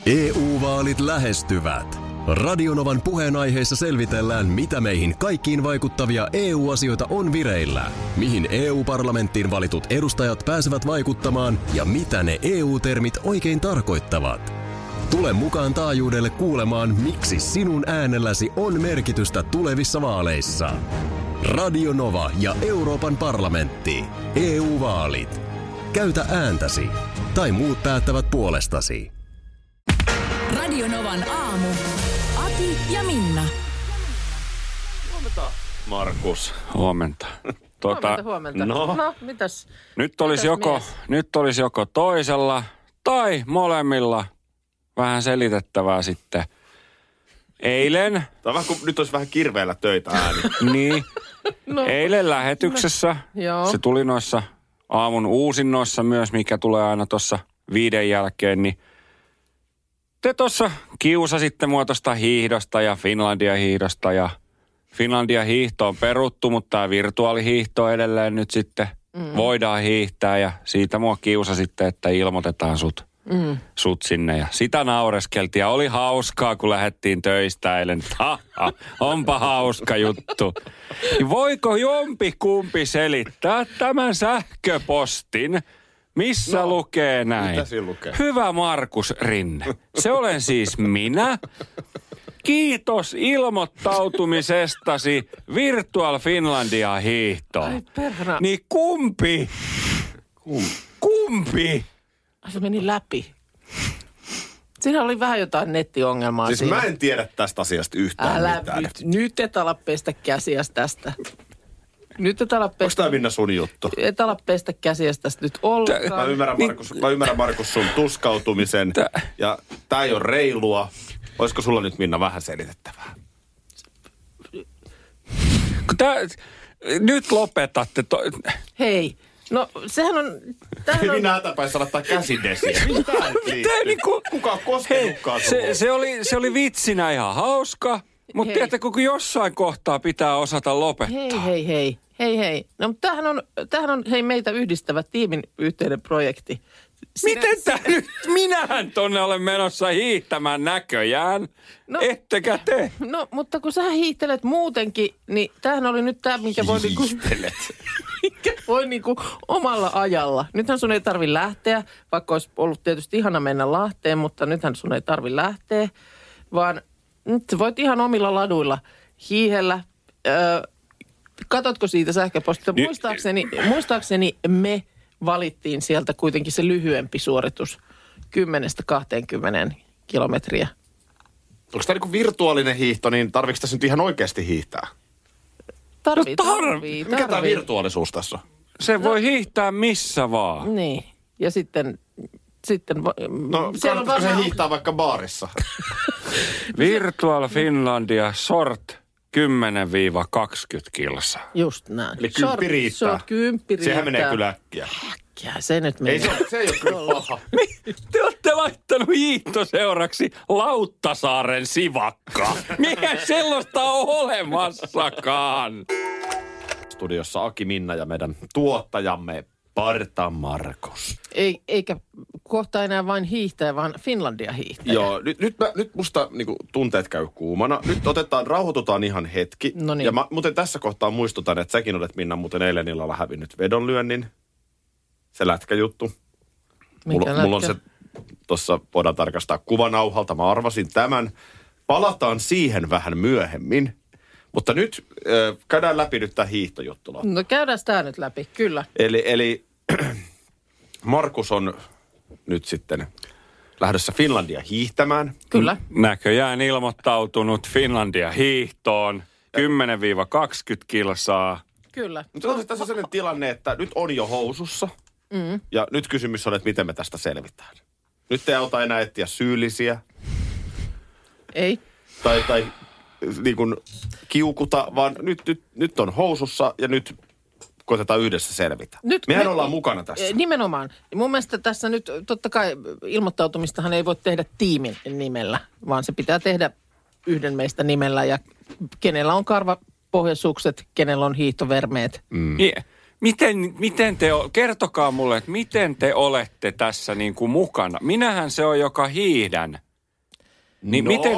EU-vaalit lähestyvät. Radionovan puheenaiheessa selvitellään, mitä meihin kaikkiin vaikuttavia EU-asioita on vireillä, mihin EU-parlamenttiin valitut edustajat pääsevät vaikuttamaan ja mitä ne EU-termit oikein tarkoittavat. Tule mukaan taajuudelle kuulemaan, miksi sinun äänelläsi on merkitystä tulevissa vaaleissa. Radio Nova ja Euroopan parlamentti. EU-vaalit. Käytä ääntäsi. Tai muut päättävät puolestasi. Radio Novan aamu. Ati ja Minna. Huomenta, Markus. Huomenta. Huomenta. No, mitäs? Nyt olisi joko toisella tai molemmilla vähän selitettävää sitten. Eilen. Tämä on vähän kuin nyt olisi vähän kirveellä töitä ääni. Niin. No. Eilen lähetyksessä. Joo. Se tuli noissa aamun uusinnoissa myös, mikä tulee aina tuossa 5 jälkeen, niin te tuossa kiusasitte mua tuosta hiihdosta ja Finlandia-hiihdosta ja Finlandia-hiihto on peruttu, mutta tämä virtuaalihiihto edelleen nyt sitten voidaan hiihtää ja siitä mua kiusasitte, että ilmoitetaan sut sinne ja sitä naureskeltiin ja oli hauskaa, kun lähdettiin töistä eilen. Onpa hauska juttu. Voiko jompikumpi selittää tämän sähköpostin? Missä lukee näin? Mitä siinä lukee? Hyvä Markus Rinne, se olen siis minä. Kiitos ilmoittautumisestasi Virtual Finlandia hiihtoon. Ai perhana. Niin kumpi? Se meni läpi. Siinä oli vähän jotain nettiongelmaa siis siinä. Mä en tiedä tästä asiasta yhtään mitään. Nyt et ala pestä käsiäs tästä. Onko tämä Minna sun juttu? Et ala pestä käsiäs tästä nyt ollenkaan. Mä ymmärrän Markus sun tuskautumisen. Ja tää ei ole reilua. Olisiko sulla nyt Minna vähän selitettävää? Nyt lopetatte. Hei, no sehän on... Minä ätäpäin saattaa käsidesiä. Mitä niinku, kuka koskenutkaan se oli vitsinä ihan hauska. Mutta tiedätkö, kun jossain kohtaa pitää osata lopettaa. Hei. No, mutta tämähän on meitä yhdistävä tiimin yhteinen projekti. Miten tää nyt? Minähän tonne olen menossa hiihtämään näköjään. No, ettekä te? No, mutta kun sä hiihtelet muutenkin, niin tämähän oli nyt tämä, minkä voi niinku omalla ajalla. Nythän sun ei tarvi lähteä, vaikka olisi ollut tietysti ihana mennä Lahteen, mutta nythän sun ei tarvi lähteä, vaan nyt sä voit ihan omilla laduilla hiihellä. Katotko siitä sähköpostista? Muistaakseni me valittiin sieltä kuitenkin se lyhyempi suoritus 10-20 kilometriä. Onko tämä niin virtuaalinen hiihto, niin tarviiko tässä nyt ihan oikeasti hiihtää? Tarvii. Mikä tämä virtuaalisuus tässä on? Se voi hiihtää missä vaan. Niin, ja sitten no kannatko se hiihtää vaikka baarissa? Virtual Finlandia Short 10-20 kilsaa. Just näin. Eli kymppi riittää. Sehän menee kyllä äkkiä. Se nyt menee. Se ei ole kyllä paha. Te olette laittanut hiihtoseuraksi Lauttasaaren sivakkaa. Mikä sellaista on olemassakaan? Studiossa Aki, Minna ja meidän tuottajamme Parta Markus. Eikä kohta enää vain hiihtäjä, vaan Finlandia hiihtäjä. Joo, nyt musta niinku, tunteet käy kuumana. Nyt rauhoitutaan ihan hetki. No niin. Ja muuten tässä kohtaa muistutan, että säkin olet Minna muuten eilen illalla hävinnyt vedonlyönnin. Se lätkäjuttu. Mulla on se, tuossa voidaan tarkastaa kuvanauhalta. Mä arvasin tämän. Palataan siihen vähän myöhemmin. Mutta nyt käydään läpi nyt tämä hiihtojuttu. No käydään tämä nyt läpi, kyllä. Eli Markus on nyt sitten lähdössä Finlandia hiihtämään. Kyllä. Näköjään ilmoittautunut Finlandia hiihtoon 10-20 kilsaa. Kyllä. Mutta tässä on sellainen tilanne, että nyt on jo housussa. Ja nyt kysymys on, että miten me tästä selvitään. Nyt ei auta enää etsiä syyllisiä. Ei. Tai niin kuin kiukuta, vaan nyt on housussa ja nyt koitetaan yhdessä selvitä. Mehän ollaan mukana tässä. Nimenomaan. Mun mielestä tässä nyt, totta kai ilmoittautumistahan ei voi tehdä tiimin nimellä, vaan se pitää tehdä yhden meistä nimellä ja kenellä on karvapohjasukset, kenellä on hiihtovermeet. Kertokaa mulle, että miten te olette tässä niin kuin mukana? Minähän se on, joka hiihdän Niin miten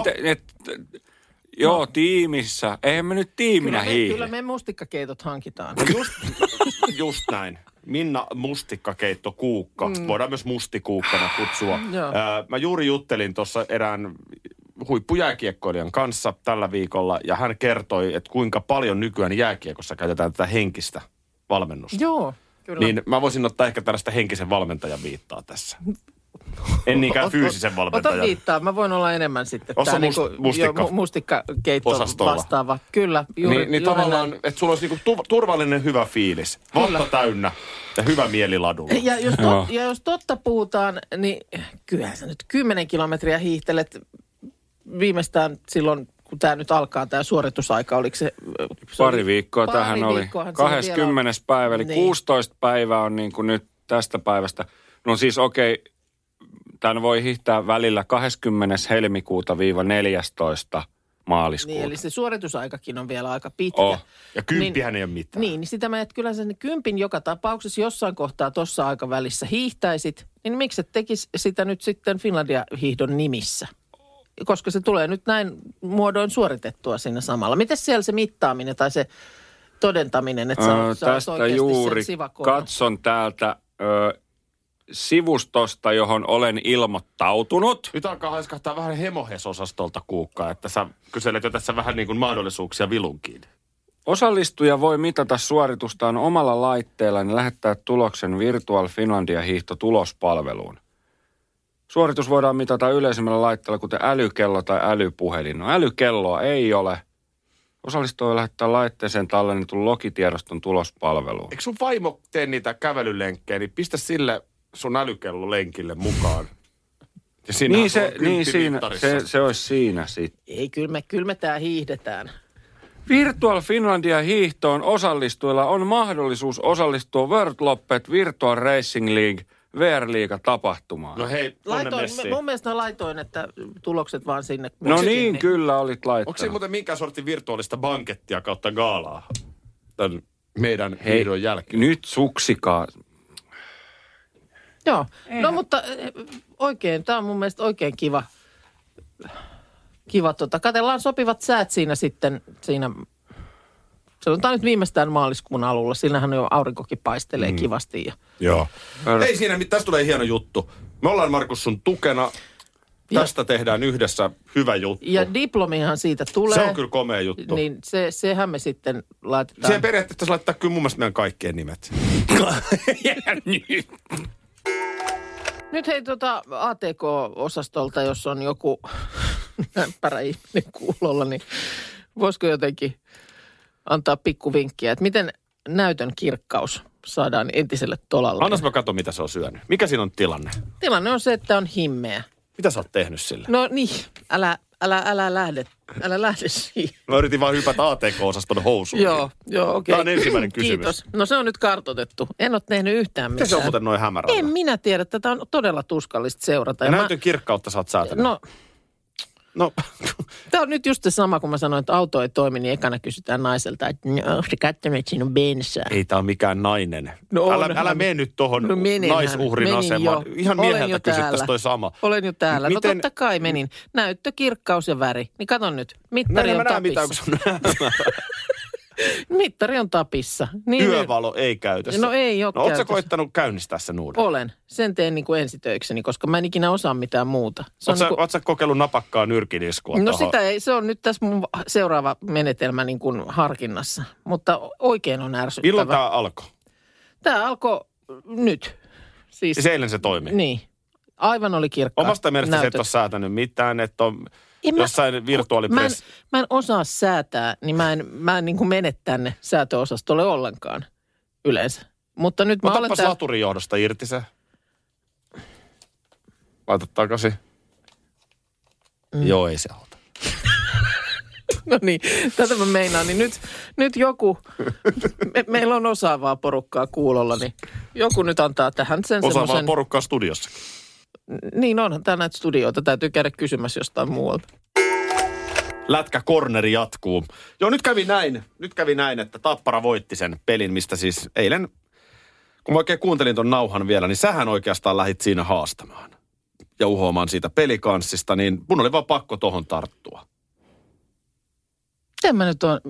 joo, tiimissä. Eihän me nyt tiiminä hiihdy. Kyllä me mustikkakeitot hankitaan. Just näin. Minna mustikkakeitto Kuukka. Voidaan myös mustikuukkana kutsua. Mä juuri juttelin tuossa erään huippujääkiekkoilijan kanssa tällä viikolla, ja hän kertoi, että kuinka paljon nykyään jääkiekossa käytetään tätä henkistä valmennusta. Joo, kyllä. Niin mä voisin ottaa ehkä tällaista henkisen valmentajan viittaa tässä. En fyysisen valmentajan. Ota viittaa, mä voin olla enemmän sitten. Osa mustikkakeitto vastaava. Kyllä, Niin tavallaan, että sulla olisi niinku turvallinen hyvä fiilis. Vatsa täynnä ja hyvä mieli ladulla. Ja jos totta puhutaan, niin kyllähän sä nyt 10 kilometriä hiihtelet viimeistään silloin, kun tämä nyt alkaa, tämä suoritusaika, oliko se... Pari viikkoa tähän oli. 20. päivä, eli 16 päivää on niin kuin nyt tästä päivästä. No siis okei, tämän voi hiihtää välillä 20. helmikuuta - 14. maaliskuuta. Niin, eli se suoritusaikakin on vielä aika pitkä. Ja kymppihän ei ole mitään. Niin sitä mä, että kyllä sen kympin joka tapauksessa jossain kohtaa tuossa aikavälissä hiihtäisit, niin miksi et tekisi sitä nyt sitten Finlandia-hiihdon nimissä? Koska se tulee nyt näin muodoin suoritettua siinä samalla. Miten siellä se mittaaminen tai se todentaminen, että sä tästä juuri katson täältä sivustosta, johon olen ilmoittautunut. Nyt alkaa haiskahtaa vähän hemohes-osastolta Kuukka, että sä kyselet jo tässä vähän niin kuin mahdollisuuksia vilunkiin. Osallistuja voi mitata suoritustaan omalla laitteellaan ja lähettää tuloksen Virtual Finlandia hiihtotulospalveluun. Suoritus voidaan mitata yleisemmällä laitteella, kuten älykello tai älypuhelin. No älykelloa ei ole. Osallistuja voi lähettää laitteeseen tallennetun logitiedoston tulospalveluun. Eikö sun vaimo tee niitä kävelylenkkejä, niin pistä sille sun älykellolenkille mukaan. Ja se olisi siinä sitten. Ei, kyllä me tää hiihdetään. Virtual Finlandia hiihtoon osallistujilla on mahdollisuus osallistua World Loppet Virtual Racing League VR-liiga-tapahtumaan. No hei, mun mielestä laitoin, että tulokset vaan sinne. No niin, kyllä olit laittanut. Onko siinä muuten minkä sortin virtuaalista bankettia kautta gaalaa tämän meidän hiidon jälkeen? Nyt suksikaa. Joo, no mutta oikein, tämä on mun mielestä oikein kiva. Katellaan sopivat säät siinä sitten, sanotaan nyt viimeistään maaliskuun alulla. Sillähän jo aurinkokin paistelee kivasti. Joo. Ei siinä, tästä tulee hieno juttu. Me ollaan, Markus, sun tukena. Tästä tehdään yhdessä hyvä juttu. Ja diplomihan siitä tulee. Se on kyllä komea juttu. Niin sehän me sitten laitetaan. Siihen periaatteessa laittaa kyllä mun mielestä meidän kaikkien nimet. Nyt hei ATK-osastolta, jos on joku näppärä ihminen kuulolla, niin voisiko jotenkin antaa pikkuvinkkiä, että miten näytön kirkkaus saadaan entiselle tolalle? Annas mä katso, mitä se on syönyt. Mikä siinä on tilanne? Tilanne on se, että on himmeä. Mitä sä oot tehnyt sille? No niin, älä lähde siihen. Mä yritin vaan hypätä ATK-osaston housuun. Joo, okei. Tämä on ensimmäinen kysymys. Kiitos. No se on nyt kartoitettu. En ole tehnyt yhtään mitään. Miten se on muuten noin hämärällä? En minä tiedä. Tätä on todella tuskallista seurata. Ja näytön kirkkautta sä oot säätänyt. No. Tämä on nyt just se sama, kun mä sanoin, että auto ei toimi, niin ekana kysytään naiselta, että onko se katsonut, että siinä on bensaa? Ei tää ole mikään nainen. No älä mene nyt tohon naisuhrin asemaan. Ihan mieheltä kysyttäisiin toi sama. Olen jo täällä. No totta kai menin. Näyttö, kirkkaus ja väri. Niin kato nyt, mittari on tapissa. Mittari on tapissa. Niin yövalo ei käytössä. No ei ole käytössä. Ootko sä koittanut käynnistää sen uuden? Olen. Sen teen niin kuin ensitöikseni, koska mä en ikinä osaa mitään muuta. Ootko sä kokeillut napakkaa nyrkiniskua? No sitä ei. Se on nyt tässä mun seuraava menetelmä niin kuin harkinnassa. Mutta oikein on ärsyttävä. Milloin tää alkoi? Tää alkoi nyt. Siis eilen se toimi? Niin. Aivan oli kirkkaat omasta mielestä se et ole säätänyt mitään, että on jossain virtuaalipress. Mä en osaa säätää, niin mä en niin kuin mene tänne säätöosastolle ollenkaan yleensä. Mutta nyt mä olen Otapas laturijohdosta irti se. Laita takaisin. Joo, ei se auta. No niin, tätä mä meinaan. Niin nyt joku, meillä on osaavaa porukkaa kuulolla, niin joku nyt antaa tähän sen semmoisen. Osaavaa porukkaa studiossa. Niin onhan tää näitä studioita. Täytyy käydä kysymässä jostain muualta. Lätkäkorneri jatkuu. Joo, nyt kävi näin, että Tappara voitti sen pelin, mistä siis eilen, kun mä oikein kuuntelin ton nauhan vielä, niin sähän oikeastaan lähit siinä haastamaan. ja uhoamaan siitä pelikanssista, niin mun oli vaan pakko tohon tarttua. Miten mä nyt on?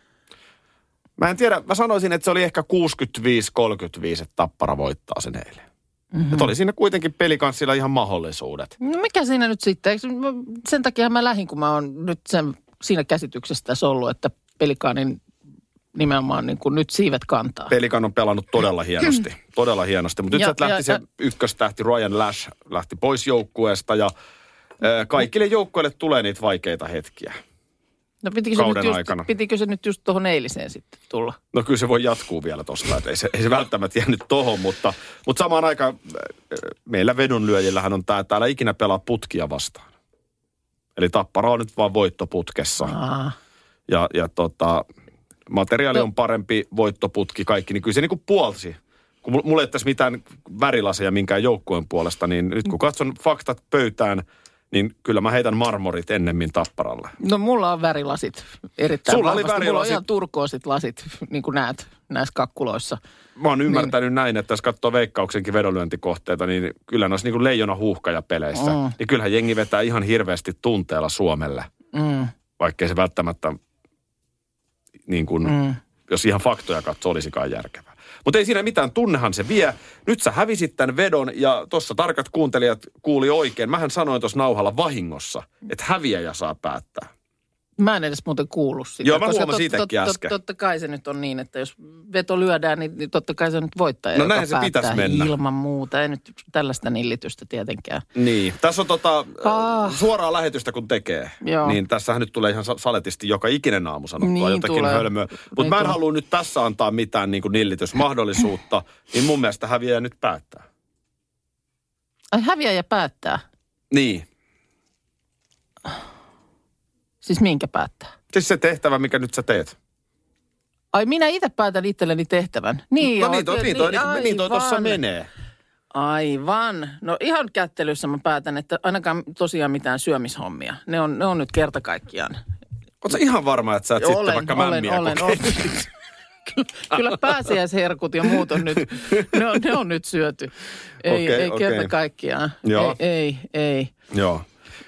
Mä en tiedä, mä sanoisin, että se oli ehkä 65-35, että Tappara voittaa sen eilen. Mm-hmm. Että oli siinä kuitenkin pelikanssilla ihan mahdollisuudet. No mikä siinä nyt sitten? Sen takia mä lähdin, kun mä oon nyt siinä käsityksessä tässä ollut, että Pelikanin nimenomaan niin kuin nyt siivet kantaa. Pelikan on pelannut todella hienosti, todella hienosti. Mutta nyt sieltä lähti se ykköstähti Ryan Lash, lähti pois joukkueesta ja kaikille joukkueille tulee niitä vaikeita hetkiä. No pitikö se nyt just tuohon eiliseen sitten tulla? No kyllä se voi jatkuu vielä tosta, että ei se välttämättä jäänyt tohon, mutta samaan aikaan meillä vedonlyöjillähän on täällä ikinä pelaa putkia vastaan. Eli Tappara on nyt vaan voittoputkessa. Ja materiaali on parempi, voittoputki, kaikki, niin kyllä se niin kuin puolsi. Kun mulla ei tässä mitään värilaseja minkään joukkueen puolesta, niin nyt kun katson faktat pöytään, niin kyllä mä heitän marmorit ennemmin Tapparalle. No mulla on värilasit erittäin Sulla vahvasti. Oli värilasit. Mulla on ihan turkoosit lasit, niin kuin näet näissä kakkuloissa. Mä oon ymmärtänyt näin, että jos katsoo Veikkauksenkin vedonlyöntikohteita, niin kyllä noissa niin kuin leijona huuhkaja peleissä. Niin kyllähän jengi vetää ihan hirveästi tunteella Suomelle. Vaikkei se välttämättä, niin kuin, jos ihan faktoja katsoo, olisikaan järkevää. Mutta ei siinä mitään, tunnehan se vie. Nyt sä hävisit tämän vedon ja tuossa tarkat kuuntelijat kuuli oikein. Mähän sanoin tuossa nauhalla vahingossa, että häviäjä saa päättää. Mä en edes muuten kuullut sitä. Joo, mä huomasin itsekin äsken. Totta kai se nyt on niin, että jos veto lyödään, niin totta kai se nyt voittaja, no joka näin se pitäisi mennä. Ilman muuta. Ei nyt tällaista nillitystä tietenkään. Niin, tässä on suoraa lähetystä kun tekee. Joo. Niin tässähän nyt tulee ihan saletisti joka ikinen aamu sanottua niin jotakin tulee. hölmöä. Mutta mä en halua nyt tässä antaa mitään niin kuin nillitysmahdollisuutta, niin mun mielestä häviäjä nyt päättää. Ai häviäjä päättää? Niin. Siis minkä päättää? Siis se tehtävä, mikä nyt sä teet. Ai minä itse päätän itselleni tehtävän. Niin, no niin toi tuossa menee. Aivan. No ihan kättelyssä mä päätän, että ainakaan tosiaan mitään syömishommia. Ne on nyt kerta kaikkiaan. Oletko sä ihan varma, että sä et sitten vaikka mämmiä kokeilisi? Kyllä pääsiäisherkut ja muut on nyt, ne on nyt syöty. Ei kerta kaikkiaan. Joo. Ei. Joo.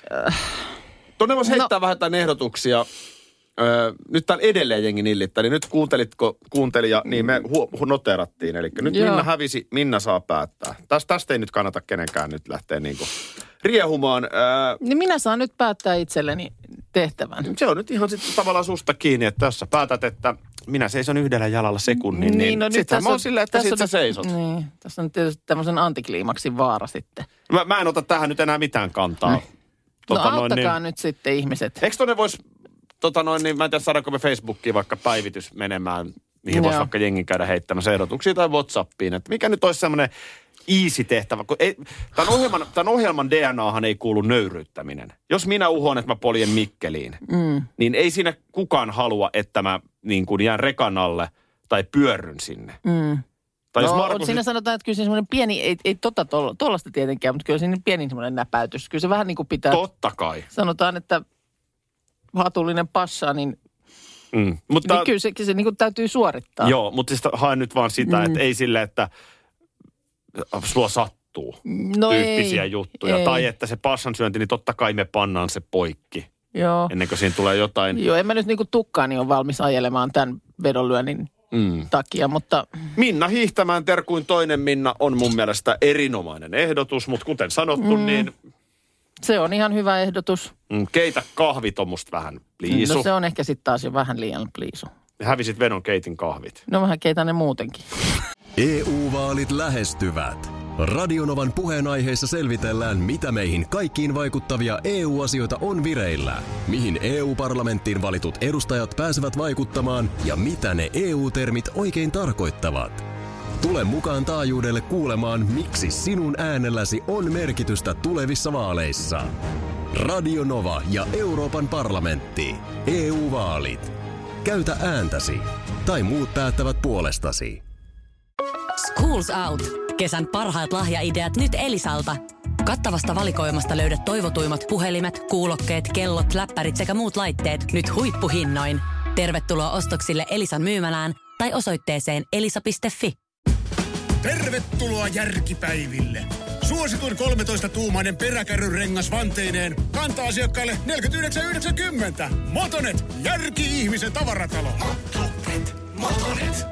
Tuonne voisi heittää vähän tämän ehdotuksia. Nyt täällä edelleen jengi nillittää, niin nyt kuuntelija, niin me noterattiin. Eli nyt Minna hävisi, Minna saa päättää. Tästä ei nyt kannata kenenkään nyt lähteä niinku riehumaan. Niin minä saan nyt päättää itselleni tehtävän. Se on nyt ihan sitten tavallaan susta kiinni, että jos sä päätät, että minä seison yhdellä jalalla sekunnin, niin no sittenhän mä oon silleen, että sit sä seisot. Niin, tässä on tietysti tämmöisen antikliimaksin vaara sitten. Mä en ota tähän nyt enää mitään kantaa. No auttakaa nyt sitten ihmiset. Eikö tuonne voisi, mä en tiedä saadaanko me Facebookiin vaikka päivitys menemään, mihin voisi vaikka jengin käydä heittämässä ehdotuksia tai WhatsAppiin, että mikä nyt olisi semmoinen easy tehtävä. Tämän ohjelman DNAhan ei kuulu nöyryyttäminen. Jos minä uhoan, että mä poljen Mikkeliin, niin ei siinä kukaan halua, että mä niin kuin jään rekan alle tai pyörryn sinne. Tai jos siinä sanotaan, että kyllä se semmoinen pieni, ei tollasta tietenkään, mutta kyllä siinä pieni semmoinen näpäytys. Kyllä se vähän niin kuin pitää. Totta kai. Sanotaan, että hatullinen passaa, niin, mutta, niin kyllä se niin kuin täytyy suorittaa. Joo, mutta siis haen nyt vaan sitä, että ei sille, että sua sattuu tyyppisiä juttuja. Ei. Tai että se passan syönti, niin totta kai me pannaan se poikki. Joo. Ennen kuin siinä tulee jotain. Joo, en mä nyt niin kuin tukkaani ole valmis ajelemaan tämän vedonlyönnin takia, mutta Minna hiihtämään terkuin toinen Minna on mun mielestä erinomainen ehdotus, mutta kuten sanottu, niin se on ihan hyvä ehdotus. Keitä kahvit on musta vähän pliisu. No se on ehkä sitten taas jo vähän liian pliisu. Hävisit vedon keitin kahvit. No vähän keitän ne muutenkin. EU-vaalit lähestyvät. Radionovan puheenaiheessa selvitellään, mitä meihin kaikkiin vaikuttavia EU-asioita on vireillä, mihin EU-parlamenttiin valitut edustajat pääsevät vaikuttamaan ja mitä ne EU-termit oikein tarkoittavat. Tule mukaan taajuudelle kuulemaan, miksi sinun äänelläsi on merkitystä tulevissa vaaleissa. Radio Nova ja Euroopan parlamentti. EU-vaalit. Käytä ääntäsi. Tai muut päättävät puolestasi. Schools Out. Kesän parhaat lahjaideat nyt Elisalta. Kattavasta valikoimasta löydät toivotuimmat puhelimet, kuulokkeet, kellot, läppärit sekä muut laitteet nyt huippuhinnoin. Tervetuloa ostoksille Elisan myymälään tai osoitteeseen elisa.fi. Tervetuloa järkipäiville! Suosituin 13-tuumainen peräkärryrengas vanteineen kantaa asiakkaille 49,90. Motonet, järki-ihmisen tavaratalo. Motonet.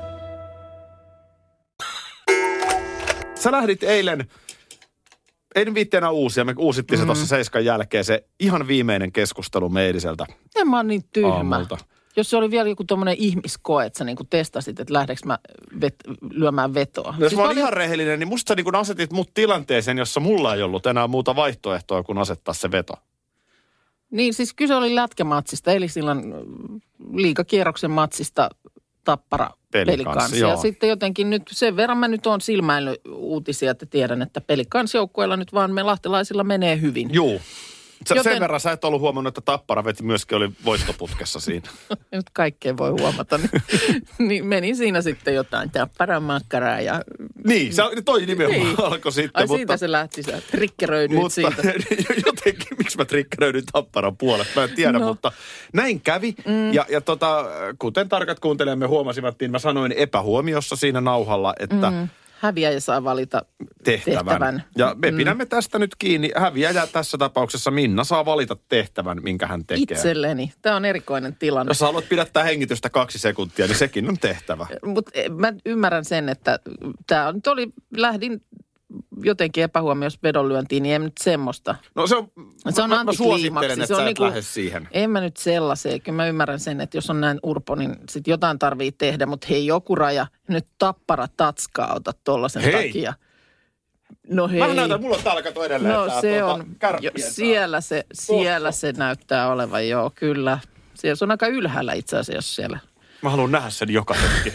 Sä lähdit eilen, en viitteenä uusia, me uusittiin se tuossa 7 jälkeen, se ihan viimeinen keskustelu meiliseltä En mä oon niin tyhmä. aamulta. Jos se oli vielä joku tommonen ihmiskoe, että sä niinku testasit, että lähdekö mä lyömään vetoa. Jos mä olin ihan rehellinen, niin musta sä niin kun asetit mut tilanteeseen, jossa mulla ei ollut enää muuta vaihtoehtoa kuin asettaa se veto. Niin, siis kyse oli lätkämatsista, eli silloin liigakierroksen matsista Tappara Pelikans. Ja sitten jotenkin nyt sen verran mä nyt oon silmäillyt uutisia, että tiedän, että Pelikans-joukkueella nyt vaan me lahtelaisilla menee hyvin. Juu. Sen verran sä et ollut huomannut, että Tappara veti myöskin oli voittoputkessa siinä. Nyt kaikkea voi huomata. Niin meni siinä sitten jotain Tapparan makkaraa ja... Niin, toi nimenomaan alkoi sitten. Ai siitä se lähti, sä trikkeröidyit siitä. Jotenkin, miksi mä trikkeröidyin Tapparan puolesta, mä en tiedä, mutta näin kävi. Ja kuten tarkat kuuntelijamme huomasivat, niin mä sanoin epähuomiossa siinä nauhalla, että... Häviäjä saa valita tehtävän. Ja me pidämme tästä nyt kiinni. Häviäjä tässä tapauksessa Minna saa valita tehtävän, minkä hän tekee. Itselleni. Tämä on erikoinen tilanne. Jos haluat pidättää hengitystä 2 sekuntia, niin sekin on tehtävä. Mutta mä ymmärrän sen, että tämä nyt lähdin jotenkin epähuomiossa vedonlyöntiin, niin en nyt semmoista. No se on antikliimaksi. Suosittelen, että sä et lähde siihen. En mä nyt sellaiseen. Kyllä mä ymmärrän sen, että jos on näin urpo, niin sit jotain tarvii tehdä. Mutta hei, joku raja. Nyt Tappara Tatskaa ota tollasen takia. No hei. Mä näytän, mulla on täällä kato edelleen. No se on, siellä se näyttää olevan, joo, kyllä. Siellä se on aika ylhäällä itse asiassa siellä. Mä haluan nähdä sen joka hetki.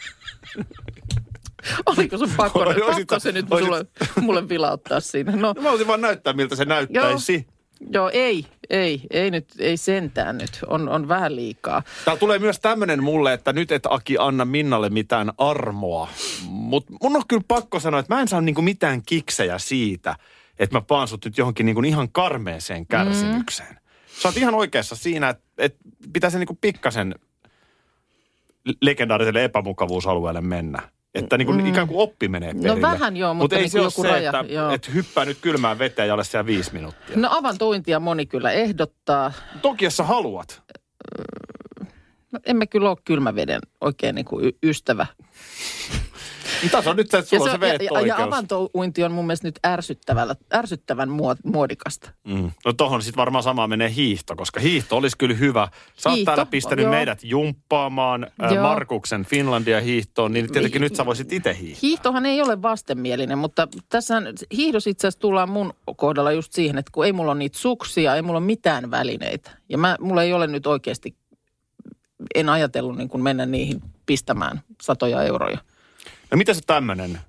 Oliko sun pakko se nyt mulle vilauttaa siinä? No mä haluaisin vaan näyttää, miltä se näyttäisi. Joo, ei sentään nyt. On vähän liikaa. Täällä tulee myös tämmönen mulle, että nyt et Aki anna Minnalle mitään armoa. Mutta mun on kyllä pakko sanoa, että mä en saa niinku mitään kiksejä siitä, että mä paansut nyt johonkin niinku ihan karmeeseen kärsimykseen. Sä oot ihan oikeassa siinä, että pitäisi niinku pikkasen legendaariselle epämukavuusalueelle mennä. Että niin kuin ikään kuin oppi menee perille. No vähän joo, mutta ei niin se ole joku se, raja. että hyppää nyt kylmään veteen ja ole siellä 5 minuuttia. No avantointia moni kyllä ehdottaa. Toki jos sä haluat. No, emme kyllä ole kylmäveden oikein niin kuin ystävä. Tässä on nyt se, että sulla on se veto-oikeus. Ja avantouinti on mun mielestä nyt ärsyttävän muodikasta. No tohon sitten varmaan sama menee hiihto, koska hiihto olisi kyllä hyvä. Sä oot täällä pistänyt meidät jumppaamaan Markuksen Finlandia hiihtoon, niin tietenkin nyt sä voisit itse hiihtää. Hiihtohan ei ole vastenmielinen, mutta tässä hiihdossa itse asiassa tullaan mun kohdalla just siihen, että kun ei mulla ole niitä suksia, ei mulla ole mitään välineitä. Ja mulla ei ole nyt oikeasti, en ajatellut niin kuin mennä niihin pistämään 100 euroja. No mitä se tämmönen,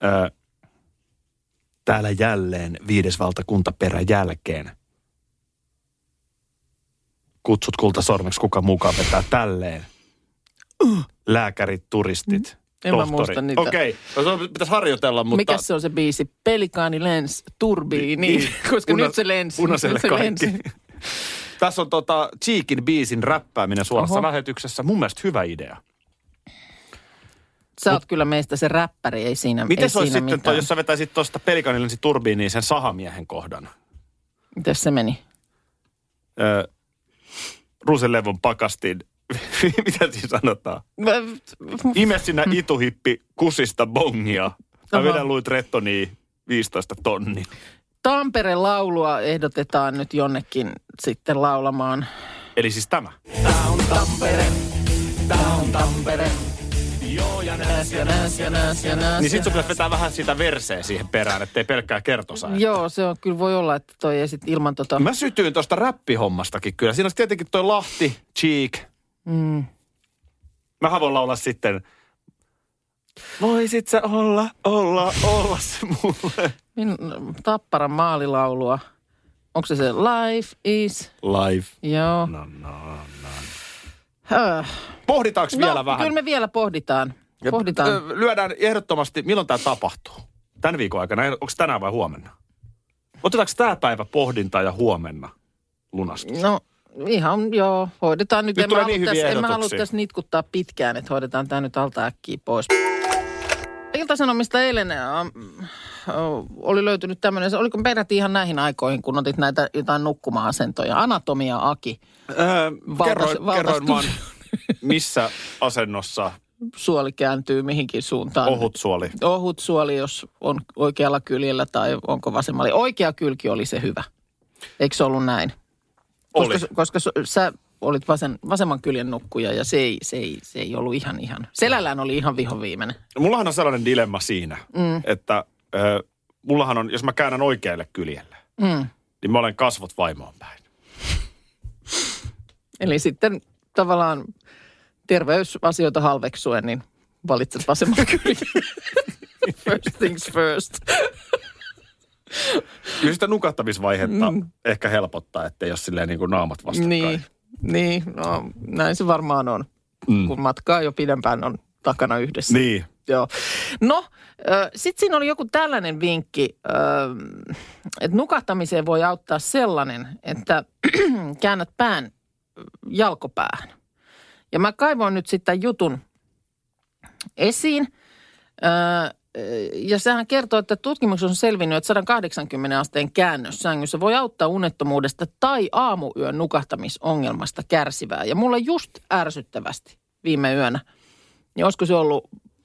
täällä jälleen 5. valtakuntaperän jälkeen. Kutsut kultasormeksi, kuka mukaan vetää tälleen. Lääkärit, turistit, En mä muista niitä. Okei, no, pitäisi harjoitella, mutta... Mikä se on se biisi? Pelikaani lens, turbiini, koska nyt se lensi. Punaiselle kaikki. Tässä on Cheekin biisin räppääminen suorassa lähetyksessä. Mun mielestä hyvä idea. Sä oot kyllä meistä se räppäri, ei siinä mitään. Miten se olisi sitten, jos sä vetäisit tuosta Pelikaanilensi turbiiniin sen sahamiehen kohdan? Mites se meni? Ruusenlevon pakastiin. Mitä siinä sanotaan? Ime sinä ituhippi kusista bongia. Mä vedän luit rettoniin 15 tonnia. Tampere-laulua ehdotetaan nyt jonnekin sitten laulamaan. Eli siis tämä. Tää on Tampere. Joo, ja nääs. Niin sit sun pitäisi vetää vähän sitä verseä siihen perään, ettei pelkkää kertosäettä. Joo, se on kyllä voi olla, että toi ei sit ilman Mä sytyin tosta räppihommastakin kyllä. Siinä olisi tietenkin toi Lahti, Cheek. Mähän voin laulaa sitten. Voisit sä olla se mulle. Tapparan maalilaulua. Onko se Life is? Life. Joo. No. Pohditaanko vielä vähän? Kyllä me vielä pohditaan. Lyödään ehdottomasti, milloin tämä tapahtuu? Tän viikon aikana, onko tänään vai huomenna? Otetaanko tämä päivä pohdintaa ja huomenna lunastus? No ihan joo, hoidetaan nyt. Nyt tulee niin hyviä ehdotuksia. En mä halua tässä nitkuttaa pitkään, että hoidetaan tämä nyt alta äkkiä pois. Ilta-Sanomista eilen oli löytynyt tämmöinen, oliko peräti ihan näihin aikoihin, kun otit näitä jotain nukkuma-asentoja. Anatomia Aki. Kerroin vaan, missä asennossa suoli kääntyy mihinkin suuntaan. Ohut suoli. Ohut suoli, jos on oikealla kyljellä tai onko vasemmalla. Oikea kylki oli se hyvä. Eikö se ollut näin? Oli. Koska sä olit vasemman kyljen nukkuja ja se ei ollut ihan. Selällään oli ihan vihoviimeinen. Mullahan on sellainen dilemma siinä, että mullahan on, jos mä käännän oikealle kyljelle, niin mä olen kasvot vaimoon päin. Eli sitten tavallaan terveysasioita halveksuen, niin valitset vasemman kyljen. First things first. Kyllä sitä nukahtamisvaihetta ehkä helpottaa, ettei ole silleen niin kuin naamat vastakkain. Niin, no näin se varmaan on, kun matkaa jo pidempään on takana yhdessä. Niin. Joo. No, sitten siinä oli joku tällainen vinkki, että nukahtamiseen voi auttaa sellainen, että käännät pään jalkopäähän. Ja mä kaivoin nyt sitten jutun esiin. Ja sehän kertoo, että tutkimuksessa on selvinnyt, että 180 asteen käännös sängyssä voi auttaa unettomuudesta tai aamuyön nukahtamisongelmasta kärsivää. Ja mulla just ärsyttävästi viime yönä, niin olisiko se ollut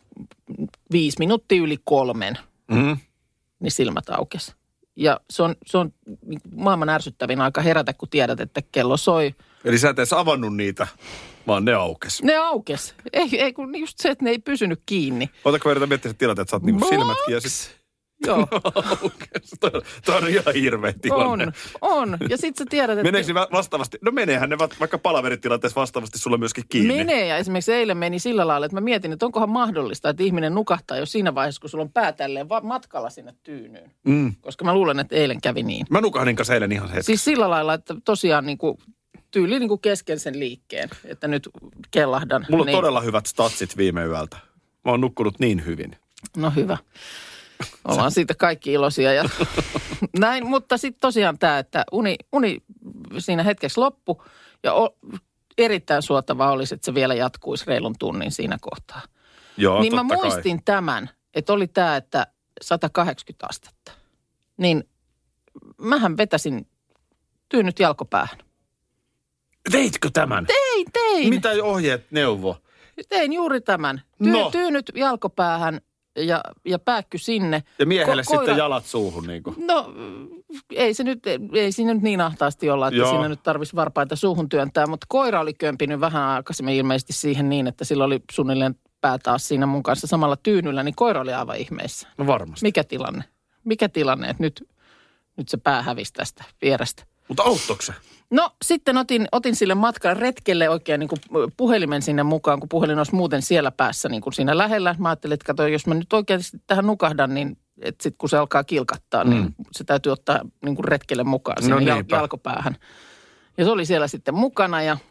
5 minuuttia yli 3, niin silmät aukesi. Ja se on maailman ärsyttävin aika herätä, kun tiedät, että kello soi. Eli sä et edes avannut niitä, vaan ne aukesi. Ne aukesi. Ei kun just se, että ne ei pysynyt kiinni. Otatko verran miettiä se tilanne, että sä oot niinku silmätkin ja sitten joo. aukesi. Toi on ihan hirveä tilanne. On. Ja sit sä tiedät, että... Meneekö ne vastaavasti? No meneehän ne vaikka palaveritilanteessa vastaavasti sulla myöskin kiinni. Menee ja esimerkiksi eilen meni sillä lailla, että mä mietin, että onkohan mahdollista, että ihminen nukahtaa jo siinä vaiheessa, kun sulla on pää tälleen matkalla sinne tyynyyn. Koska mä luulen, että eilen kävi niin. Mä nukahdin kanssa eilen ihan hetki. Siis sillä lailla, että tosiaan niinku tyyli niinku kesken sen liikkeen, että nyt kellahdan. Mulla on todella hyvät statsit viime yöltä. Mä oon nukkunut niin hyvin. No hyvä. Ollaan siitä kaikki iloisia ja näin, mutta sitten tosiaan tämä, että uni siinä hetkeksi loppu ja erittäin suotavaa olisi, että se vielä jatkuisi reilun tunnin siinä kohtaa. Joo, niin mä muistin tämän, että oli tämä, että 180 astetta. Niin mähän vetäsin tyynyt jalkopäähän. Teitkö tämän? Tein. Mitä ohjeet neuvo? Tein juuri tämän. Tyynyt jalkopäähän. Ja pääkky sinne. Ja miehelle sitten jalat suuhun niin kuin. No ei siinä nyt niin ahtaasti olla, että siinä nyt tarvitsisi varpaita suuhun työntää. Mutta koira oli kömpinyt vähän aikaisemmin ilmeisesti siihen niin, että sillä oli suunnilleen pää taas siinä mun kanssa samalla tyynyllä. Niin koira oli aivan ihmeessä. No varmasti. Mikä tilanne, että nyt se pää hävisi tästä vierestä. Mutta auttoiko se? No sitten otin sille matkalle retkelle oikein niin kuin puhelimen sinne mukaan, kun puhelin olisi muuten siellä päässä niin kuin siinä lähellä. Mä ajattelin, että kato, jos mä nyt oikeasti tähän nukahdan, niin että sitten kun se alkaa kilkattaa, niin se täytyy ottaa niin kuin retkelle mukaan sinne jalkopäähän. Ja se oli siellä sitten mukana ja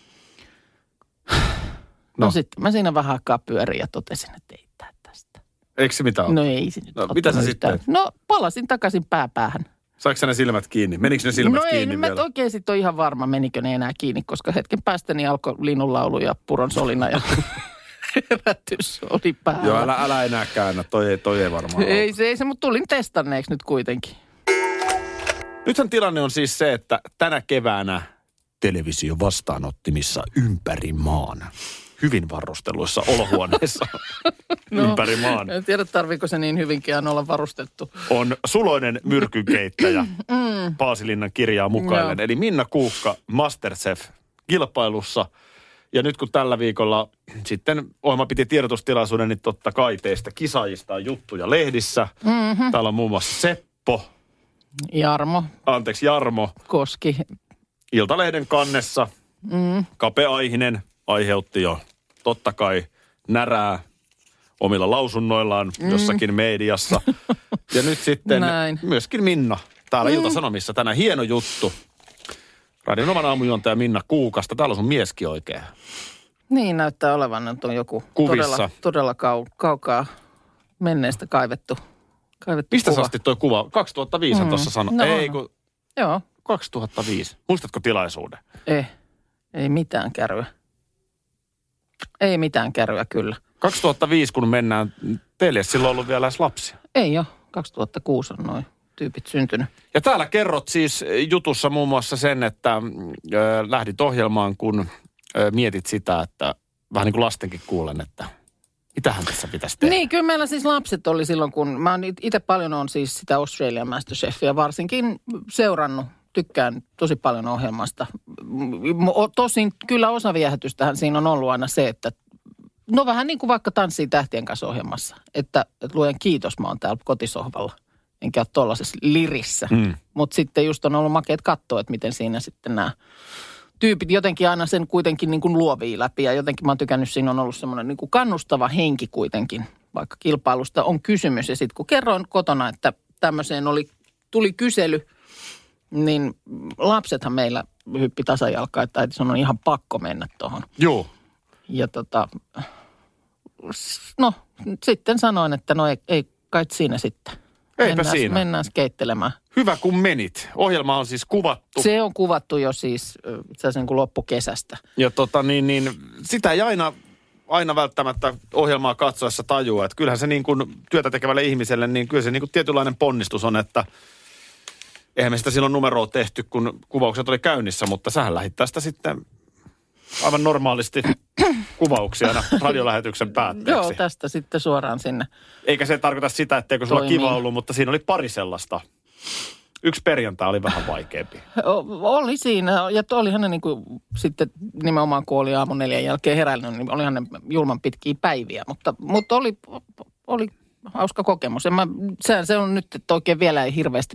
no sitten mä siinä vähän aikaa pyörin ja totesin, että ei tää tästä. Eikö se mitään? No ei se nyt. Mitä sä sitten? No palasin takaisin päähän. Saiko sä ne silmät kiinni? Menikö ne silmät kiinni vielä? No ei, mä oikein sitten ole ihan varma, menikö ne enää kiinni, koska hetken päästä niin alkoi linnunlaulu ja puron solina ja herätys oli päällä. Joo, älä enää käännä, toi ei varmaan Ei se, mutta tulin testanneeksi nyt kuitenkin. Nythän tilanne on siis se, että tänä keväänä televisio vastaanottimissa ympäri maan. Hyvin varusteluissa olohuoneissa ympäri maan. En tiedä, tarviiko se niin hyvinkään olla varustettu. On suloinen myrkynkeittäjä Paasilinnan kirjaa mukaillen. Eli Minna Kuukka MasterChef-kilpailussa. Ja nyt kun tällä viikolla sitten ohjelma piti tiedotustilaisuuden, niin totta kai teistä kisaajista on juttuja lehdissä. Täällä on muun muassa Seppo. Jarmo. Koski. Iltalehden kannessa. Kapeaihinen aiheutti jo totta kai närää omilla lausunnoillaan jossakin mediassa. Ja nyt sitten myöskin Minna täällä Ilta-Sanomissa tänään hieno juttu. Radio Novan aamujuontaja Minna Kuukasta. Täällä on sun mieskin oikein. Niin näyttää olevan, että on joku todella kaukaa menneestä kaivettu mistä kuva. Sä ostit toi kuva? 2005 tuossa sanoi. No, ei kun... Joo. 2005. Muistatko tilaisuuden? Ei mitään kärryä. Ei mitään kärryä kyllä. 2005 kun mennään, teille ei silloin ollut vielä edes lapsia. Ei ole. 2006 on noin tyypit syntynyt. Ja täällä kerrot siis jutussa muun muassa sen, että lähdit ohjelmaan, kun mietit sitä, että vähän niin kuin lastenkin kuulen, että mitähän tässä pitäisi tehdä. Niin, kyllä meillä siis lapset oli silloin, kun mä itse paljon on siis sitä Australian Masterchefia varsinkin seurannut. Tykkään tosi paljon ohjelmasta. Tosin kyllä osaviehätystähän siinä on ollut aina se, että no vähän niin kuin vaikka Tanssii tähtien kanssa -ohjelmassa, että luojan kiitos, mä oon täällä kotisohvalla. Enkä ole tuollaisessa lirissä. Mutta sitten just on ollut makeat katsoa, että miten siinä sitten nämä tyypit jotenkin aina sen kuitenkin niin kuin luovii läpi. Ja jotenkin mä oon tykännyt, siinä on ollut semmoinen niin kuin kannustava henki kuitenkin, vaikka kilpailusta on kysymys. Ja sitten kun kerroin kotona, että tämmöiseen tuli kysely, niin lapsethan meillä hyppi tasajalkaa, että äiti on ihan pakko mennä tuohon. Joo. Ja no sitten sanoin, että no ei kai siinä sitten. Mennään skeittelemään. Hyvä kun menit. Ohjelma on siis kuvattu. Se on kuvattu jo siis itse asiassa niin kuin loppukesästä. Ja sitä ei aina välttämättä ohjelmaa katsoessa tajua. Että kyllähän se niin kuin työtä tekevälle ihmiselle, niin kyllä se niin kuin tietynlainen ponnistus on, että eihän me sitä silloin numeroa tehty, kun kuvaukset oli käynnissä, mutta sähän lähdit tästä sitten aivan normaalisti kuvauksia aina radiolähetyksen päätteeksi. Joo, tästä sitten suoraan sinne. Eikä se tarkoita sitä, etteikö sulla kiva ollut, mutta siinä oli pari sellaista. Yksi perjantai oli vähän vaikeampi. Oli siinä, ja olihan ne niin kuin sitten nimenomaan, kun oli aamun 4 jälkeen heräillyt, niin olihan ne julman pitkiä päiviä, mutta oli hauska kokemus. Se on nyt, että oikein vielä ei hirveästi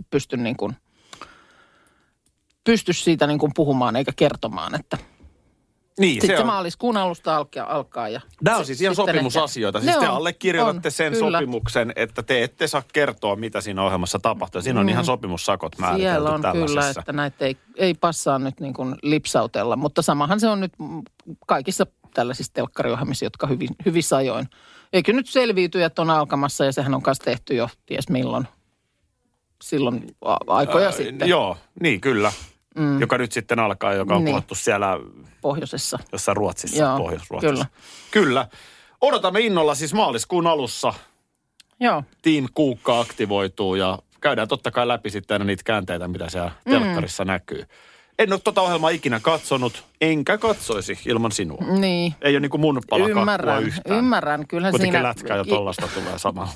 pysty siitä niin kuin puhumaan eikä kertomaan, että niin, sitten maaliskuun alusta alkaa. Ja nämä on siis ihan sopimusasioita. Siis te allekirjoitatte sen sopimuksen, että te ette saa kertoa, mitä siinä ohjelmassa tapahtuu. Siinä on ihan sopimussakot määritelty siellä on tällaisessa. Kyllä, että näitä ei passaa nyt niin kuin lipsautella. Mutta samahan se on nyt kaikissa tällaisissa telkkariohjelmissa, jotka hyvissä ajoin. Eikö nyt selviytyjät on alkamassa ja sehän on kanssa tehty jo ties milloin. Silloin aikoja sitten. Joo, niin kyllä. Joka nyt sitten alkaa, joka on puhuttu siellä pohjoisessa. Jossain Ruotsissa, joo, Pohjois-Ruotsissa. Kyllä. Odotamme innolla siis maaliskuun alussa. Joo. Team Kuukka aktivoituu ja käydään totta kai läpi sitten aina niitä käänteitä, mitä siellä telkkarissa näkyy. En ole tota ohjelmaa ikinä katsonut, enkä katsoisi ilman sinua. Niin. Ei ole niin kuin mun palakakkua yhtään. Ymmärrän. Kyllähän kuitenkin siinä lätkää ja tollasta tulee samalla.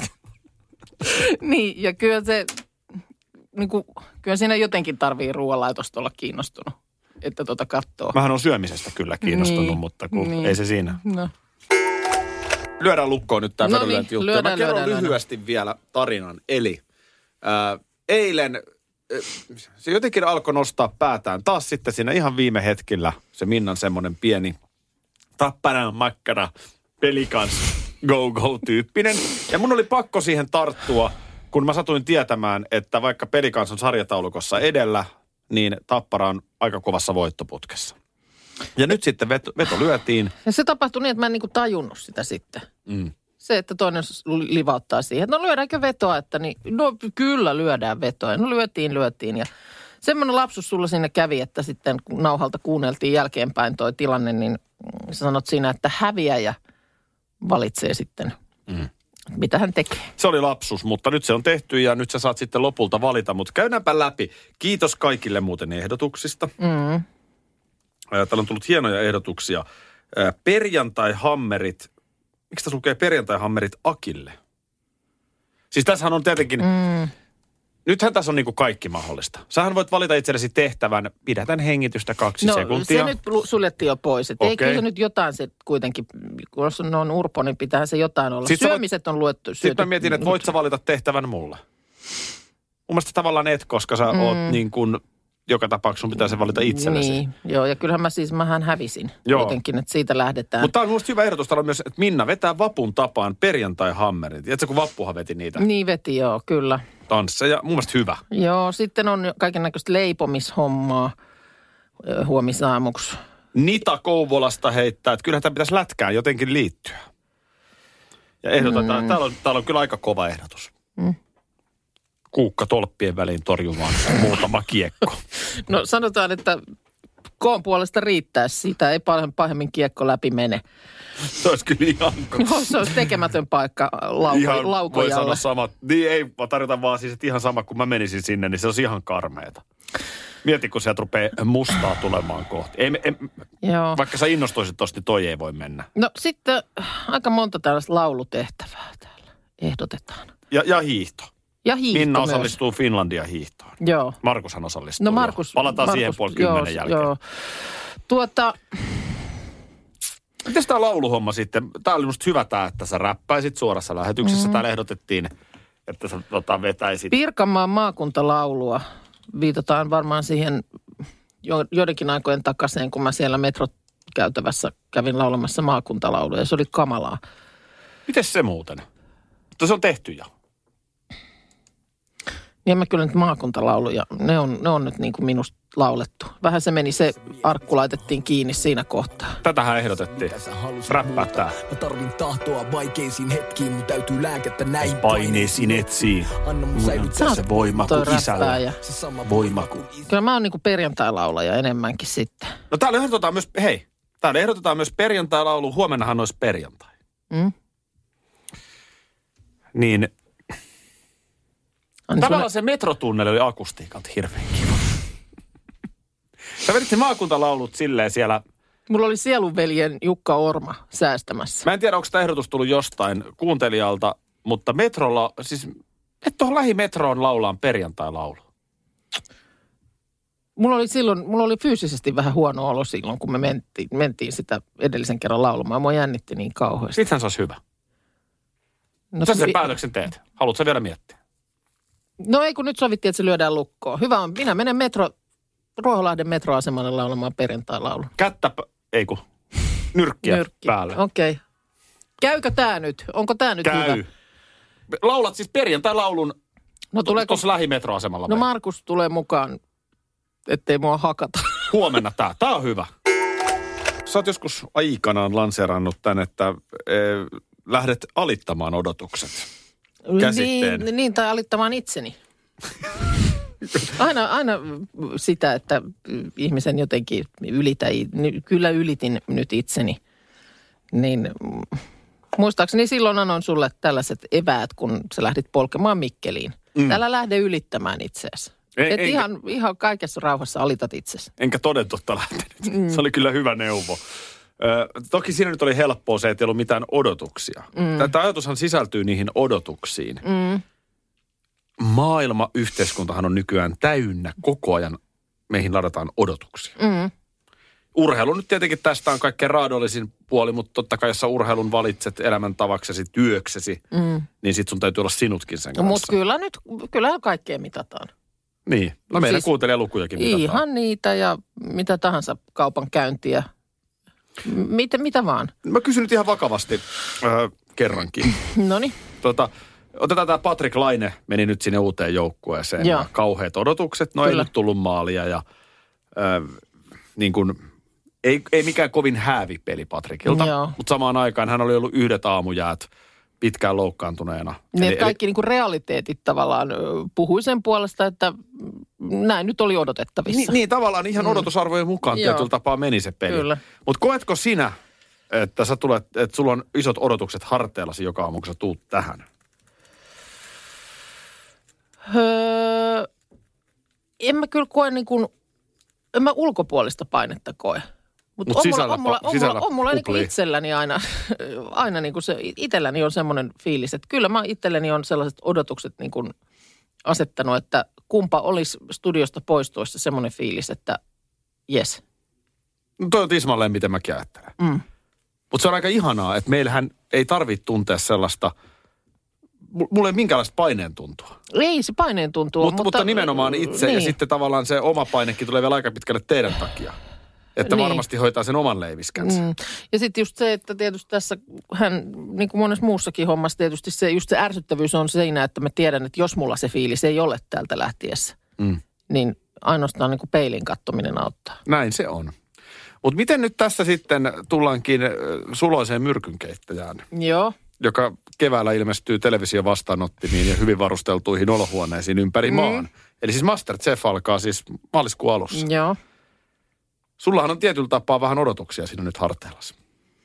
Niin, ja kyllä se niin kuin, kyllä siinä jotenkin tarvii ruoanlaitosta olla kiinnostunut, että katsoo. Mähän on syömisestä kyllä kiinnostunut, niin, mutta ei se siinä. No. Lyödään lukkoon nyt tämä vedonlyönti juttu. Mä kerron lyhyesti vielä tarinan. Eli eilen se jotenkin alkoi nostaa päätään. Taas sitten siinä ihan viime hetkellä se Minnan semmoinen pieni tapparan makkara pelikans go-go-tyyppinen. Ja mun oli pakko siihen tarttua, kun mä satuin tietämään, että vaikka Pelikans on sarjataulukossa edellä, niin Tappara on aika kovassa voittoputkessa. Ja nyt sitten veto lyötiin. Ja se tapahtui niin, että mä en niinku tajunnut sitä sitten. Se, että toinen livauttaa siihen, että no lyödäänkö vetoa, että niin, no kyllä lyödään vetoa. Ja no lyötiin. Ja semmoinen lapsus sulla siinä kävi, että sitten kun nauhalta kuunneltiin jälkeenpäin toi tilanne, niin sä sanot siinä, että häviäjä valitsee sitten. Mitä hän tekee? Se oli lapsus, mutta nyt se on tehty ja nyt sä saat sitten lopulta valita. Mutta käydäänpä läpi. Kiitos kaikille muuten ehdotuksista. Täällä on tullut hienoja ehdotuksia. Perjantai-hammerit. Miksi tässä lukee perjantai-hammerit Akille? Siis tässähän on tietenkin... Nythän tässä on niin kuin kaikki mahdollista. Sähän voit valita itsellesi tehtävän, pidätän hengitystä 2 sekuntia. Se nyt suljettiin jo pois. Okay. Eikö se nyt jotain se kuitenkin, kun on urpo, niin pitäähän se jotain olla. Syömiset on luettu. Sitten mä mietin, että voit sä valita tehtävän mulle. Mun mielestä tavallaan et, koska sä oot niin kuin, joka tapauksessa sun pitää se valita itsellesi. Niin, joo, ja kyllähän mähän hävisin kuitenkin, että siitä lähdetään. Mutta tämä on minusta hyvä ehdotus. Täällä on myös, että Minna vetää vapun tapaan perjantai-hammerit. Tiedätkö, kun Vappuhan veti niitä? Niin veti, joo, kyllä. Tansseja, mun mielestä hyvä. Joo, sitten on kaikennäköistä leipomishommaa huomisaamuksi. Nita Kouvolasta heittää, että kyllähän tämä pitäisi lätkään jotenkin liittyä. Ja ehdotetaan, täällä on kyllä aika kova ehdotus. Kuukka tolppien väliin torjumaan muutama kiekko. No sanotaan, että Koon puolesta riittäisi. Siitä ei paljon pahemmin kiekko läpi mene. Se olisi kyllä ihan... Se olisi tekemätön paikka laukojalle. Voi sanoa sama. Niin ei, mä tarjotan vaan siis, että ihan sama kun mä menisin sinne, niin se olisi ihan karmeeta. Mieti, kun sieltä rupeaa mustaa tulemaan kohti. Joo. Vaikka sä innostuisit tosta, niin toi ei voi mennä. No sitten aika monta tällaista laulutehtävää täällä ehdotetaan. Ja hiihto. Ja hiihto Minna myös. osallistuu Finlandia hiihtoon. Joo. Markushan osallistuu. No Markus. Palataan siihen 9:30 jälkeen. Joo. Mites tää lauluhomma sitten? Tää oli musta hyvä tää, että sä räppäisit suorassa lähetyksessä. Täällä ehdotettiin, että sä vetäisit. Pirkanmaan maakuntalaulua. Viitataan varmaan siihen joidenkin aikojen takaisin, kun mä siellä metrokäytävässä kävin laulamassa maakuntalaulua. Ja se oli kamalaa. Mites se muuten? Mutta se on tehty jo. Niin mä kyllä nyt maakuntalauluja, ne on nyt niin kuin minusta laulettu. Vähän se meni, se arkku laitettiin kiinni siinä kohtaa. Tätähän ehdotettiin. Räppää tää. Mä tarvin tahtoa vaikeisiin hetkiin, mun täytyy lääkettä näin Paineisiin etsii. Anna mun säilyttää Se voima kuin isällä. se sama Voima kuin... Kyllä mä oon niin kuin perjantai-laulaja enemmänkin sitten. No täällä ehdotetaan myös perjantai-laulu. Huomennahan olisi perjantai. Niin... Tavallaan se metrotunneli oli akustiikalta hirveän kiva. Sä vedit maakuntalaulut silleen siellä... Mulla oli Sielunveljen Jukka Orma säästämässä. Mä en tiedä, onko tämä ehdotus tullut jostain kuuntelijalta, mutta metrolla, siis et tuohon lähimetroon laulaan perjantai-laulu. Mulla oli fyysisesti vähän huono olo silloin, kun me mentiin sitä edellisen kerran laulamaan. Mua jännitti niin kauheasti. Sittenhän se olisi hyvä. No, sä sen päätöksen teet. Haluatko sä vielä miettiä? No ei, kun nyt sovittiin, että se lyödään lukkoon. Hyvä on. Minä menen Ruoholahden metroasemalle laulamaan perjantai-laulun. Nyrkkiä päälle. Okei. Okay. Käykö tää nyt? Onko tää nyt hyvä? Käy. Laulat siis perjantai-laulun tuossa lähimetroasemalla. No Markus tulee mukaan, ettei mua hakata. Huomenna tää. Tää on hyvä. Sä oot joskus aikanaan lanseerannut tän, että lähdet alittamaan odotukset. Käsitteen. Niin, tai alittamaan itseni. Aina sitä, että ihmisen jotenkin kyllä ylitin nyt itseni. Niin muistaakseni silloin annoin sulle tällaiset eväät, kun sä lähdit polkemaan Mikkeliin. Älä lähde ylittämään itseäsi. Ihan kaikessa rauhassa alitat itsesi. Enkä toden totta lähtenyt. Se oli kyllä hyvä neuvo. Toki siinä nyt oli helppoa se, että ei ollut mitään odotuksia. Tämä ajatushan sisältyy niihin odotuksiin. Maailma, yhteiskuntahan on nykyään täynnä koko ajan. Meihin ladataan odotuksia. Urheilu nyt tietenkin tästä on kaikkein raadollisin puoli, mutta totta kai jos sä urheilun valitset elämäntavaksesi, työksesi, niin sit sun täytyy olla sinutkin sen kanssa. Mutta kyllä kaikkea mitataan. Niin, no meidän siis kuuntelijalukujakin mitataan. Ihan niitä ja mitä tahansa kaupan käyntiä. Mitä vaan? Mä kysyn nyt ihan vakavasti kerrankin. Noniin. Otetaan tämä Patrik Laine, meni nyt sinne uuteen joukkueeseen. Ja kauheat odotukset, no kyllä. Ei nyt tullut maalia ja niin kuin, ei mikään kovin häävipeli Patrikilta. Mutta samaan aikaan hän oli ollut yhdet aamujäät pitkään loukkaantuneena. Niin, kaikki niin kuin realiteetit tavallaan puhui sen puolesta, että näin nyt oli odotettavissa. Niin tavallaan ihan odotusarvojen mukaan tietyllä tapaa meni se peli. Mutta koetko sinä, että sä tulet, että sulla on isot odotukset harteillasi joka aamu, kun sä tuut tähän? En mä kyllä koe niin kuin, en mä ulkopuolista painetta koe. Mutta on mulla niin kuin itselläni aina niin kuin se, itselläni on semmoinen fiilis, että kyllä mä itselleni on sellaiset odotukset niin kuin asettanut, että kumpa olisi studiosta poistuessa semmoinen fiilis, että jes. No toi on tismalleen, miten mäkin ajattelen. Mutta se on aika ihanaa, että meillähän ei tarvitse tuntea sellaista, mulla ei minkäänlaista paineen tuntua. Ei se paineen tuntua. Mutta nimenomaan itse niin. Ja sitten tavallaan se oma painekin tulee vielä aika pitkälle teidän takia. Että niin. Varmasti hoitaa sen oman leiviskänsä. Ja sitten just se, että tietysti tässä hän, niin kuin monessa muussakin hommassa, tietysti se ärsyttävyys on siinä, että mä tiedän, että jos mulla se fiilis ei ole täältä lähtiessä, niin ainoastaan niin kuin peilin kattominen auttaa. Näin se on. Mutta miten nyt tässä sitten tullaankin suloiseen myrkynkeittäjään? Joo. Joka keväällä ilmestyy television vastaanottimiin ja hyvin varusteltuihin olohuoneisiin ympäri maan. Eli siis MasterChef alkaa siis maaliskuun alussa. Joo. Sullahan on tietyllä tapaa vähän odotuksia siinä nyt harteillasi.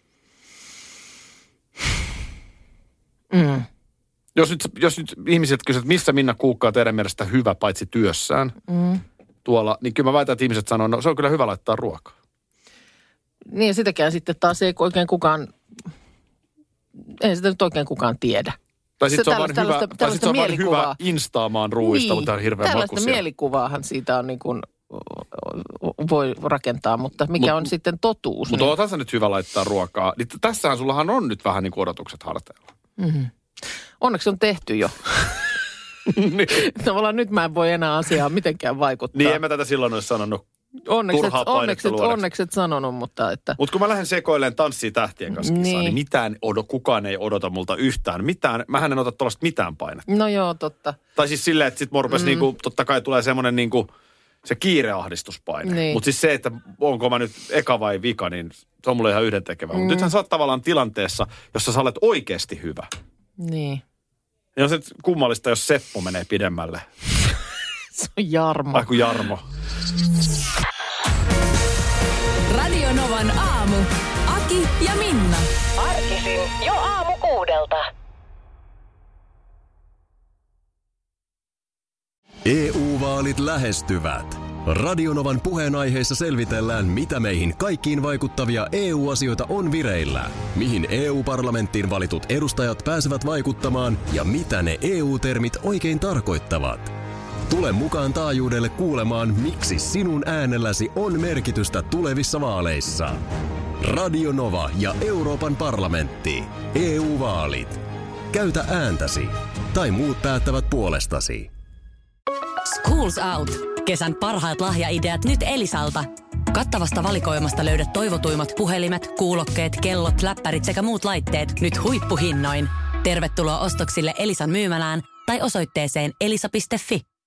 Jos nyt ihmiset kysyvät, missä Minna Kuukka on teidän mielestä hyvä paitsi työssään tuolla, niin kyllä mä väitän, että ihmiset sanoo, no se on kyllä hyvä laittaa ruokaa. Niin ja sitäkään sitten taas ei oikein kukaan, ei sitä nyt oikein kukaan tiedä. Tai sitten se on vain hyvä instaamaan ruuista, mutta on hirveän makuisia. Tällaista mielikuvaahan siitä on niin kuin, voi rakentaa, mutta mikä on sitten totuus? Mutta oothan sä nyt hyvä laittaa ruokaa. Niin tässähän sullahan on nyt vähän niin kuin odotukset harteilla. Mm-hmm. Onneksi on tehty jo. Niin. Tavallaan nyt mä en voi enää asiaan mitenkään vaikuttaa. Niin, en mä tätä silloin olisi sanonut. Onneksi et sanonut, mutta että... Mutta kun mä lähden sekoilemaan Tanssii tähtien kanssa kisaan, niin kukaan ei odota multa yhtään mitään. Mähän en ota tuollaista mitään painetta. No joo, totta. Tai siis silleen, että sit mun rupesi niinku, totta kai tulee semmoinen niinku, se kiireahdistuspaine. Niin. Mutta siis se, että onko mä nyt eka vai vika, niin se on mulle ihan yhdentekevää. Mutta nythän sä oot tavallaan tilanteessa, jossa sä olet oikeasti hyvä. Niin. Ja on se kummallista, jos Seppo menee pidemmälle. Se on Jarmo. Ai kuin Jarmo. Radio Novan aamu. Aki ja Minna. Arkisin jo 6:00. EU-vaalit lähestyvät. Radio Novan puheenaiheessa selvitellään, mitä meihin kaikkiin vaikuttavia EU-asioita on vireillä, mihin EU-parlamenttiin valitut edustajat pääsevät vaikuttamaan ja mitä ne EU-termit oikein tarkoittavat. Tule mukaan taajuudelle kuulemaan, miksi sinun äänelläsi on merkitystä tulevissa vaaleissa. Radio Nova ja Euroopan parlamentti. EU-vaalit. Käytä ääntäsi. Tai muut päättävät puolestasi. Schools Out. Kesän parhaat lahjaideat nyt Elisalta. Kattavasta valikoimasta löydät toivotuimmat puhelimet, kuulokkeet, kellot, läppärit sekä muut laitteet nyt huippuhinnoin. Tervetuloa ostoksille Elisan myymälään tai osoitteeseen elisa.fi.